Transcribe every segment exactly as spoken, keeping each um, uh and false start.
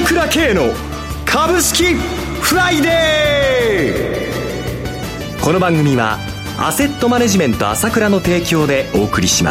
倉慶の株式フライデー。この番組はアセットマネジメント朝倉の提供でお送りします。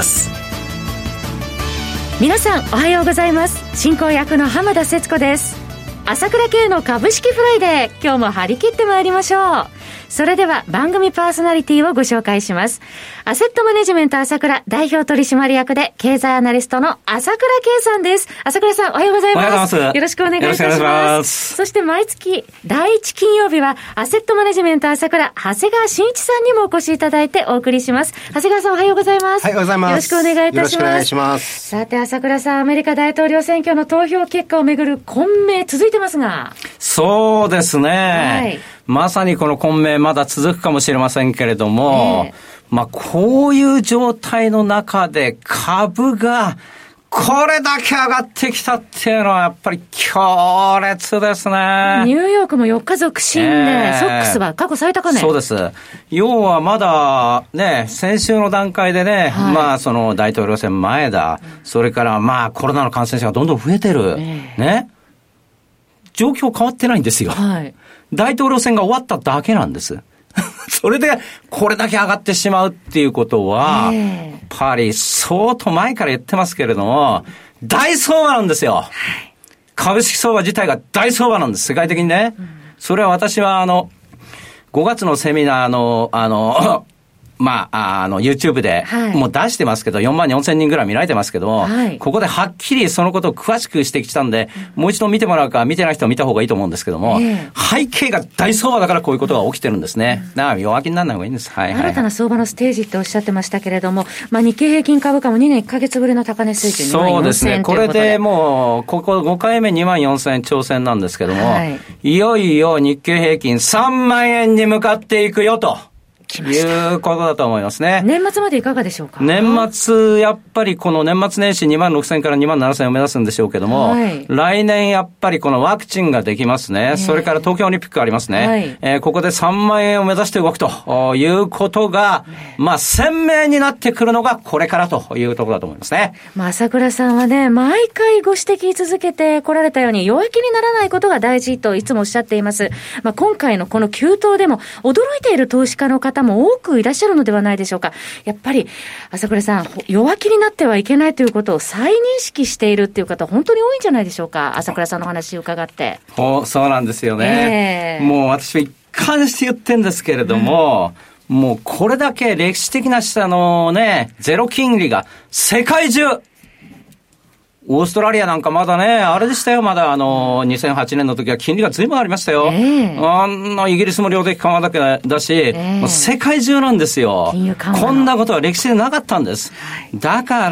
皆さんおはようございます。進行役の浜田節子です。朝倉慶の株式フライデー、今日も張り切ってまいりましょう。それでは番組パーソナリティをご紹介します。アセットマネジメント朝倉代表取締役で経済アナリストの朝倉慶さんです。朝倉さんおはようございます。 おはようございます。 よろしくお願いいたします。 よろしくお願いします。 そして毎月だいいち金曜日はアセットマネジメント朝倉長谷川慎一さんにもお越しいただいてお送りします。長谷川さんおはようございます。 はい、おはようございます。 よろしくお願いいたします。 よろしくお願いします。 さて朝倉さん、アメリカ大統領選挙の投票結果をめぐる混迷続いてますが。 そうですね、はい、まさにこの混迷まだ続くかもしれませんけれども、えー、まあこういう状態の中で株がこれだけ上がってきたっていうのはやっぱり強烈ですね。 ニューヨークもよっか続伸で、えー、ソックスは過去最高値。 そうです。要はまだね、先週の段階でね、はい、まあその大統領選前だ、うん、それからまあコロナの感染者がどんどん増えてる、えー、ね、状況変わってないんですよ、はい、大統領選が終わっただけなんですそれでこれだけ上がってしまうっていうことは、えー、やっぱり相当前から言ってますけれども大相場なんですよ、はい、株式相場自体が大相場なんです、世界的にね、うん、それは私はあのごがつのセミナーのあのまあ、あの YouTube でもう出してますけど、はい、よんまんよんせんにんぐらい見られてますけども、はい、ここではっきりそのことを詳しく指摘したんで、うん、もう一度見てもらうか見てない人は見た方がいいと思うんですけども、えー、背景が大相場だからこういうことが起きてるんですね、うん、だから弱気にならない方がいいんです、はいはいはい、 新たな相場のステージっておっしゃってましたけれども、まあ、日経平均株価もにねんいっかげつぶりの高値水準にまんよんせんということで、 そうですね、これでもうここごかいめにまんよんせん挑戦なんですけども、はい、いよいよ日経平均さんまんえんに向かっていくよということだと思いますね。 年末までいかがでしょうか。 年末やっぱりこの年末年始にまんろくせんからにまんななせんを目指すんでしょうけども、はい、来年やっぱりこのワクチンができますね、えー、それから東京オリンピックありますね、はい、えー、ここでさんまんえんを目指して動くということが、まあ鮮明になってくるのがこれからというところだと思いますね。 まあ、朝倉さんはね、毎回ご指摘続けてこられたように弱気にならないことが大事といつもおっしゃっています。まあ、今回のこの急騰でも驚いている投資家の方も多くいらっしゃるのではないでしょうか。やっぱり朝倉さん、弱気になってはいけないということを再認識しているっていう方本当に多いんじゃないでしょうか。朝倉さんの話を伺って。 そうなんですよね、えー、もう私は一貫して言ってんですけれども、うん、もうこれだけ歴史的な下のねゼロ金利が世界中、オーストラリアなんかまだね、あれでしたよ、まだあの、にせんはちねんの時は金利が随分ありましたよ。えー、あの、イギリスも量的緩和だけだし、えー、もう世界中なんですよ。こんなことは歴史でなかったんです。はい、だから、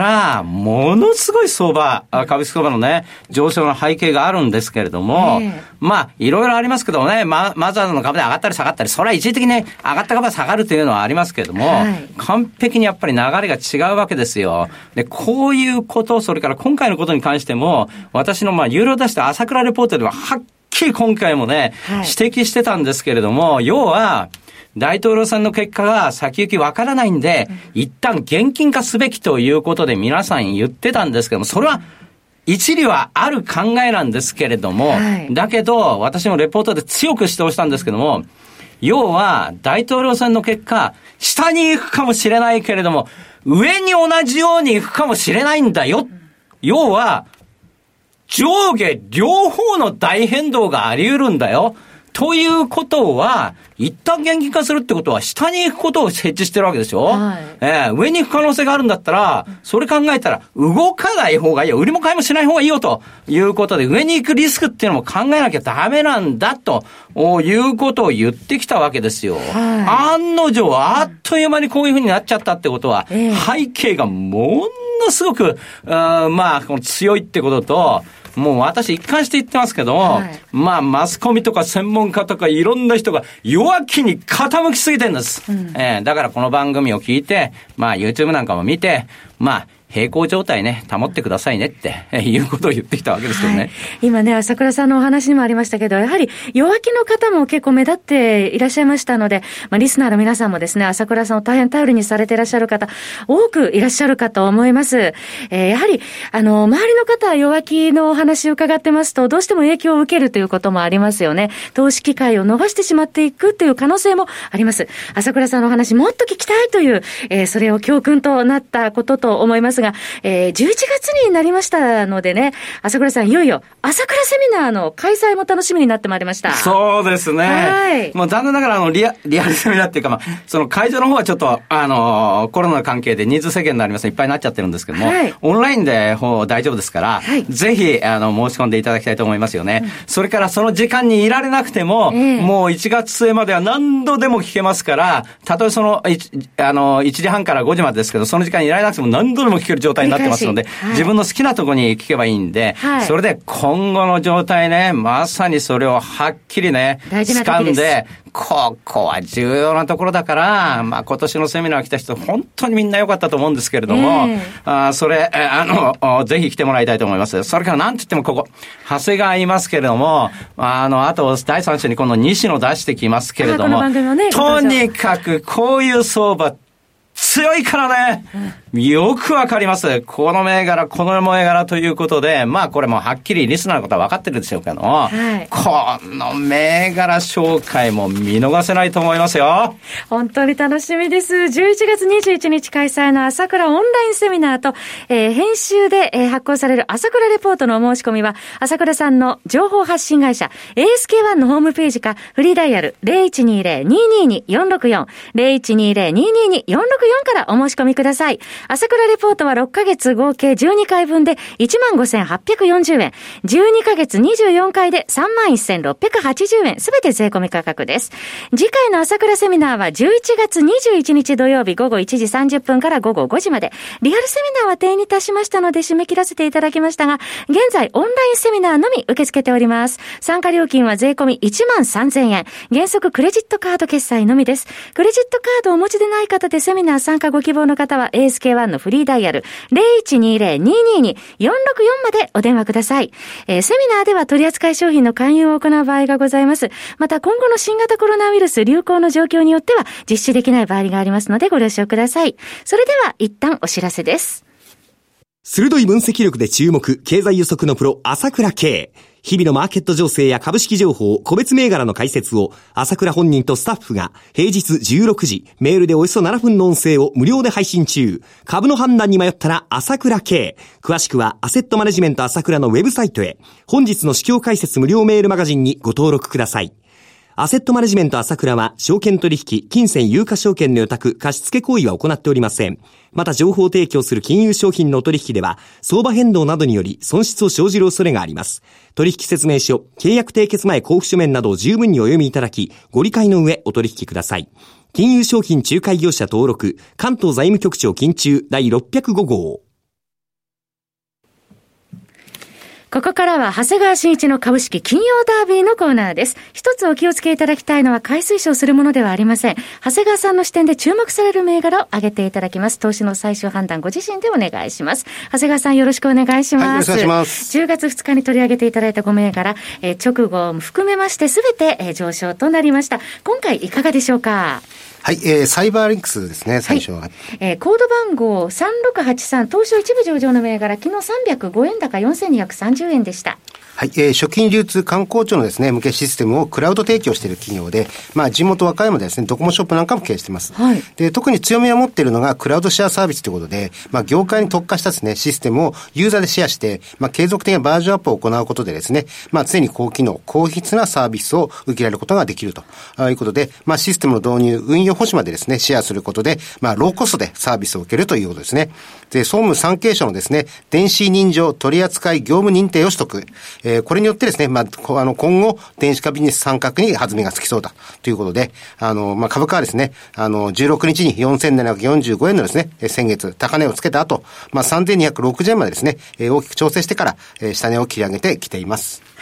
ものすごい相場、株式相場のね、上昇の背景があるんですけれども、えー、まあ、いろいろありますけどね、ま、マザーズの株で上がったり下がったり、それは一時的にね、上がった株は下がるというのはありますけれども、はい、完璧にやっぱり流れが違うわけですよ。で、こういうこと、それから今回のことに関しても、私のまあ有料出した朝倉レポートでははっきり今回もね、はい、指摘してたんですけれども、要は大統領選の結果が先行きわからないんで、うん、一旦現金化すべきということで皆さん言ってたんですけども、それは一理はある考えなんですけれども、はい、だけど私もレポートで強く主張したんですけども、要は大統領選の結果下に行くかもしれないけれども上に同じように行くかもしれないんだよ。要は上下両方の大変動があり得るんだよ。ということは、一旦現金化するってことは下に行くことを設置してるわけでしょ、はい、えー、上に行く可能性があるんだったら、それ考えたら動かない方がいいよ。売りも買いもしない方がいいよということで、上に行くリスクっていうのも考えなきゃダメなんだということを言ってきたわけですよ。はい、案の定、あっという間にこういう風になっちゃったってことは、えー、背景がものすごく、あまあ、この強いってことと、もう私一貫して言ってますけど、はい、まあマスコミとか専門家とかいろんな人が弱気に傾きすぎてるんです、うん、えー、だからこの番組を聞いて、まあ YouTube なんかも見て、まあ平行状態ね、保ってくださいねっていうことを言ってきたわけですけどね。はい、 今ね、朝倉さんのお話にもありましたけど、やはり弱気の方も結構目立っていらっしゃいましたので、まあ、リスナーの皆さんもですね、朝倉さんを大変頼りにされていらっしゃる方、多くいらっしゃるかと思います。えー、やはり、あの、周りの方は弱気のお話を伺ってますと、どうしても影響を受けるということもありますよね。投資機会を逃してしまっていくという可能性もあります。朝倉さんのお話もっと聞きたいという、えー、それを教訓となったことと思いますが、えー、じゅういちがつになりましたのでね、朝倉さんいよいよ朝倉セミナーの開催も楽しみになってまいりました。 そうですね。 はい。 もう残念ながらあのリア、リアルセミナーっていうか、まあ、その会場の方はちょっと、あのー、コロナの関係で人数制限になりますのでいっぱいになっちゃってるんですけども、はい、オンラインでほう大丈夫ですから、はい、ぜひ、あの、申し込んでいただきたいと思いますよね。うん、それからその時間にいられなくても、えー、もういちがつ末までは何度でも聞けますから、たとえその、あの、いちじはんからごじまでですけど、その時間にいられなくても何度でも聞ける状態になってますので、はい、自分の好きなところに聞けばいいんで、はい、それで今後の状態ね、まさにそれをはっきりね、掴んで、ここは重要なところだから、まあ今年のセミナー来た人、本当にみんな良かったと思うんですけれども、えー、あそれ、あの、ぜひ来てもらいたいと思います。それからなんと言ってもここ、長谷川いますけれども、あの、あとだいさん週にこの西野出してきますけれども、ね、とにかくこういう相場、強いからね、うん、よくわかります。この銘柄、この銘柄ということで、まあこれもはっきりリスナーの方は分かってるでしょうけども、はい、この銘柄紹介も見逃せないと思いますよ。 本当に楽しみです。じゅういちがつにじゅういちにち開催の朝倉オンラインセミナーと、えー、編集で、えー、発行される朝倉レポートのお申し込みは、朝倉さんの情報発信会社 エーエスケーワン のホームページか、フリーダイヤル ゼロいちにゼロ にーにーにー よんろくよん ゼロいちにゼロ にーにーにー よんろくよんからお申し込みください。朝倉レポートはろっかげつ合計じゅうにかいぶんで いちまんごせんはっぴゃくよんじゅうえん。じゅうにかげつにじゅうよんかいで さんまんせんろっぴゃくはちじゅうえん。すべて税込み価格です。次回の朝倉セミナーはじゅういちがつにじゅういちにち土曜日午後いちじさんじゅっぷんから午後ごじまで。リアルセミナーは定に達しましたので締め切らせていただきましたが、現在オンラインセミナーのみ受け付けております。参加料金は税込みいちまんさんぜんえん。原則クレジットカード決済のみです。クレジットカードをお持ちでない方でセミナー参加ご希望の方は エーエスケーワン のフリーダイヤル ゼロいちにゼロ にーにーにー よんろくよんまでお電話ください。えー、セミナーでは取扱い商品の勧誘を行う場合がございます。また今後の新型コロナウイルス流行の状況によっては実施できない場合がありますのでご了承ください。それでは一旦お知らせです。 鋭い分析力で注目、経済予測のプロ、朝倉慶。日々のマーケット情勢や株式情報、個別銘柄の解説を、朝倉本人とスタッフが、平日じゅうろくじ、メールでおよそななふんの音声を無料で配信中。株の判断に迷ったら、朝倉慶。詳しくは、アセットマネジメント朝倉のウェブサイトへ。本日の市況解説無料メールマガジンにご登録ください。アセットマネジメント朝倉は、証券取引、金銭有価証券の予託、貸付行為は行っておりません。また情報提供する金融商品の取引では、相場変動などにより損失を生じる恐れがあります。取引説明書、契約締結前交付書面などを十分にお読みいただき、ご理解の上お取引ください。金融商品仲介業者登録、関東財務局長金中第ろっぴゃくご号。 ここからは長谷川慎一の株式金曜ダービーのコーナーです。一つお気をつけいただきたいのは買い推奨するものではありません。長谷川さんの視点で注目される銘柄を挙げていただきます。投資の最終判断ご自身でお願いします。長谷川さんよろしくお願いします。 はい、よろしくお願いします。 じゅうがつふつかに取り上げていただいたご銘柄、えー、直後も含めましてすべて、えー、上昇となりました。今回いかがでしょうか？ はい、えー、サイバーリンクスですね、最初は。はい、 えー、コード番号さんろくはちさん、東証一部上場の銘柄、昨日さんびゃくごえん高よんせんにひゃくさんじゅうえんでした。 はい、えー、食品流通観光庁のですね、向けシステムをクラウド提供している企業で、まあ、地元和歌山でですね、ドコモショップなんかも経営しています。はい。で、特に強みを持っているのがクラウドシェアサービスということで、まあ、業界に特化したですね、システムをユーザーでシェアして、まあ、継続的なバージョンアップを行うことでですね、まあ、常に高機能、高質なサービスを受けられることができるということで、まあ、システムの導入、運用保守までですね、シェアすることで、まあ、ローコストでサービスを受けるということですね。で、総務産経省のですね、電子認証取扱業務認定を取得。えー、これによってですね、まあ、あの、今後、電子化ビジネス参画に弾みがつきそうだということで、あの、まあ、株価はですね、あの、じゅうろくにちによんせんななひゃくよんじゅうごえんのですね、先月、高値をつけた後、まあ、さんぜんにひゃくろくじゅうえんまでですね、大きく調整してから、下値を切り上げてきています。 はい。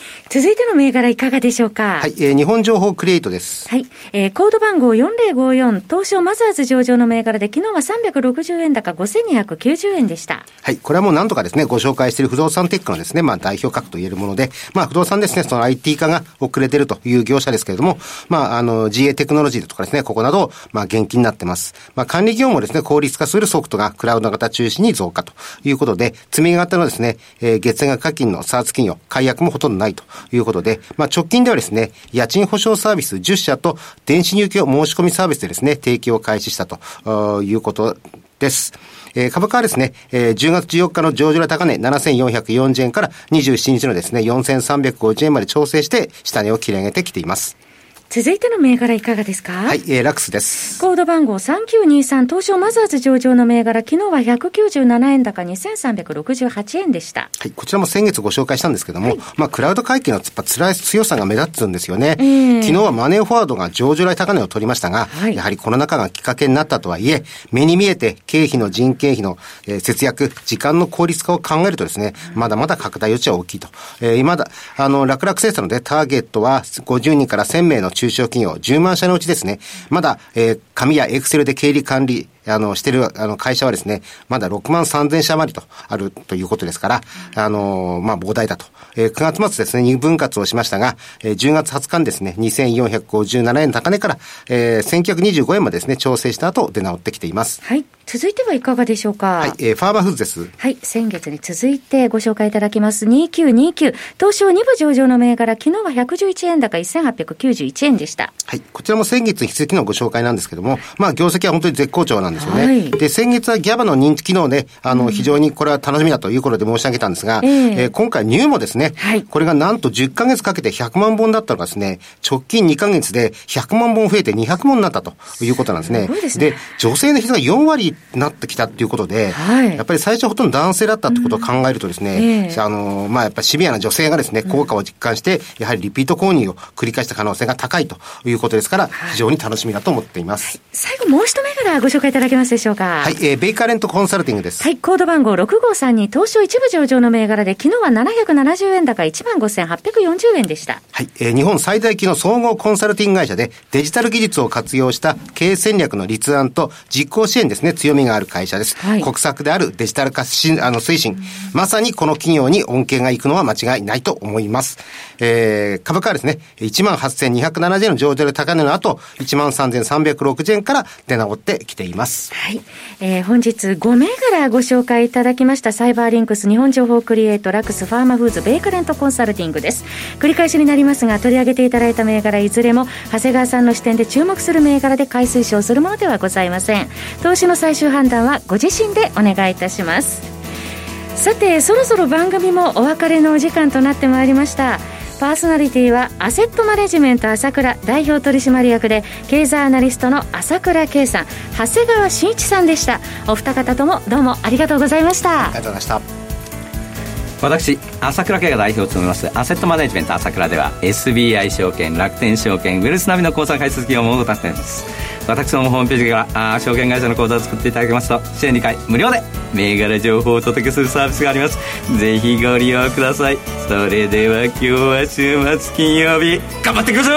続いての銘柄いかがでしょうか。 はい、えー、日本情報クリエイトです。 はい、えー、コード番号よんぜろごよん、東証マザーズ上場の銘柄で、昨日はさんびゃくろくじゅうえん高ごせんにひゃくきゅうじゅうえんでした。 はい、これはもう何とかですね、ご紹介している不動産テックのですね、まあ代表格と言えるもので、まあ不動産ですね、その アイティー 化が遅れているという業者ですけれども、まああの ジーエー テクノロジーとかですね、ここなど、まあ元気になってます。まあ管理業務をですね、効率化するソフトがクラウド型中心に増加ということで、積み型のですね、えー、月額課金のサーツ金用、解約もほとんどないということで、まあ直近ではですね、家賃保証サービスじゅっしゃと電子入居申し込みサービスでですね、提供を開始したということです。えー、株価はですね、えー、じゅうがつじゅうよっかの上場来高値ななせんよんひゃくよんじゅうえんからにじゅうしちにちのですね、よんせんさんびゃくごじゅうえんまで調整して下値を切り上げてきています。 続いての銘柄いかがですか。 はい、えー、ラクスです。 コード番号さんきゅうにさん、東証マザーズ上場の銘柄、昨日はひゃくきゅうじゅうななえん高にせんさんびゃくろくじゅうはちえんでした。 はい、こちらも先月ご紹介したんですけども、はい、まあクラウド回帰のつらい強さが目立つんですよね、えー、昨日はマネーフォワードが上場来高値を取りましたが、はい、やはりコロナ禍がきっかけになったとはいえ、目に見えて経費の人件費の、えー、節約、時間の効率化を考えるとですね、まだまだ拡大余地は大きいと。えー、今だ、あの、楽々精査のでターゲットはごじゅうにんからせんめいの中小企業、じゅうまん社のうちですね、まだ、えー、紙やエクセルで経理管理、あの、してる、あの、会社はですね、まだろくまんさんぜんしゃ余りとあるということですから、あの、まあ、膨大だと。えー、くがつ末ですね、二分割をしましたが、えー、じゅうがつはつかにですね、にせんよんひゃくごじゅうななえん高値から、えー、せんきゅうひゃくにじゅうごえんまでですね、調整した後、出直ってきています。 はい。続いてはいかがでしょうか。 はい、えー、ファーマフーズです。 はい、先月に続いてご紹介いただきます。にきゅうにきゅう、東証に部上場の銘柄、昨日はひゃくじゅういちえん高せんはっぴゃくきゅうじゅういちえんでした。 はい、こちらも先月に引き続きのご紹介なんですけども、まあ、業績は本当に絶好調なんですよね。はい、で、先月はギャバの認知機能で、あの、非常にこれは楽しみだということで申し上げたんですが、うん、えー、今回ニューもですね、はい、これがなんとじゅっかげつかけてひゃくまんぼんだったのがですね、直近にかげつでひゃくまんぼん増えてにひゃくまんになったということなんですね。すごいですね。で、女性の比率がよんわりになってきたということで、はい、やっぱり最初はほとんど男性だったということを考えるとですね、うんえー、あの、まあ、やっぱりシビアな女性がですね、効果を実感して、やはりリピート購入を繰り返した可能性が高いということですから、非常に楽しみだと思っています。はい、 最後もう一銘柄ご紹介いただけますでしょうか。 はい、えー、ベイカレントコンサルティングです。 はい、コード番号ろくごさんに、東証一部上場の銘柄で、昨日はななひゃくななじゅうえん高いちまんごせんはっぴゃくよんじゅうえんでした。 はい、えー、日本最大級の総合コンサルティング会社で、デジタル技術を活用した経営戦略の立案と実行支援ですね、強みがある会社です。はい、国策であるデジタル化しあの推進、まさにこの企業に恩恵がいくのは間違いないと思います。えー、株価はですね、いちまんはっせんにひゃくななじゅうえんの上場で高値の後、いちまんさんぜんさんびゃくろくじゅうえんから出直ってきています。 はい、えー、本日ご銘柄ご紹介いただきました。サイバーリンクス、日本情報クリエイト、ラクス、ファーマフーズ、ベイカレントコンサルティングです。繰り返しになりますが、取り上げていただいた銘柄いずれも長谷川さんの視点で注目する銘柄で買い推奨するものではございません。投資の最終判断はご自身でお願いいたします。さて、そろそろ番組もお別れのお時間となってまいりました。パーソナリティはアセットマネジメント朝倉代表取締役で経済アナリストの朝倉圭さん、長谷川慎一さんでした。お二方ともどうもありがとうございました。 ありがとうございました。 私、朝倉圭が代表を務めますアセットマネジメント朝倉では エスビーアイ 証券、楽天証券、ウェルスナビの口座開設業務を行っています。私のホームページからあ証券会社の口座を作っていただけますと週にかい無料で銘柄情報をお届けするサービスがあります。ぜひご利用ください。それでは今日は週末金曜日頑張っていきましょう。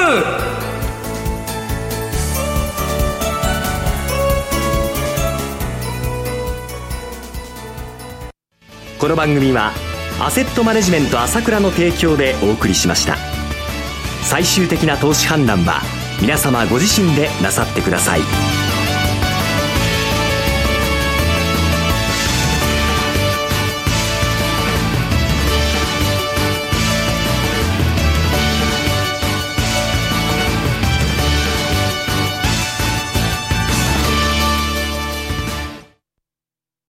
この番組はアセットマネジメント朝倉の提供でお送りしました。最終的な投資判断は皆様ご自身でなさってください。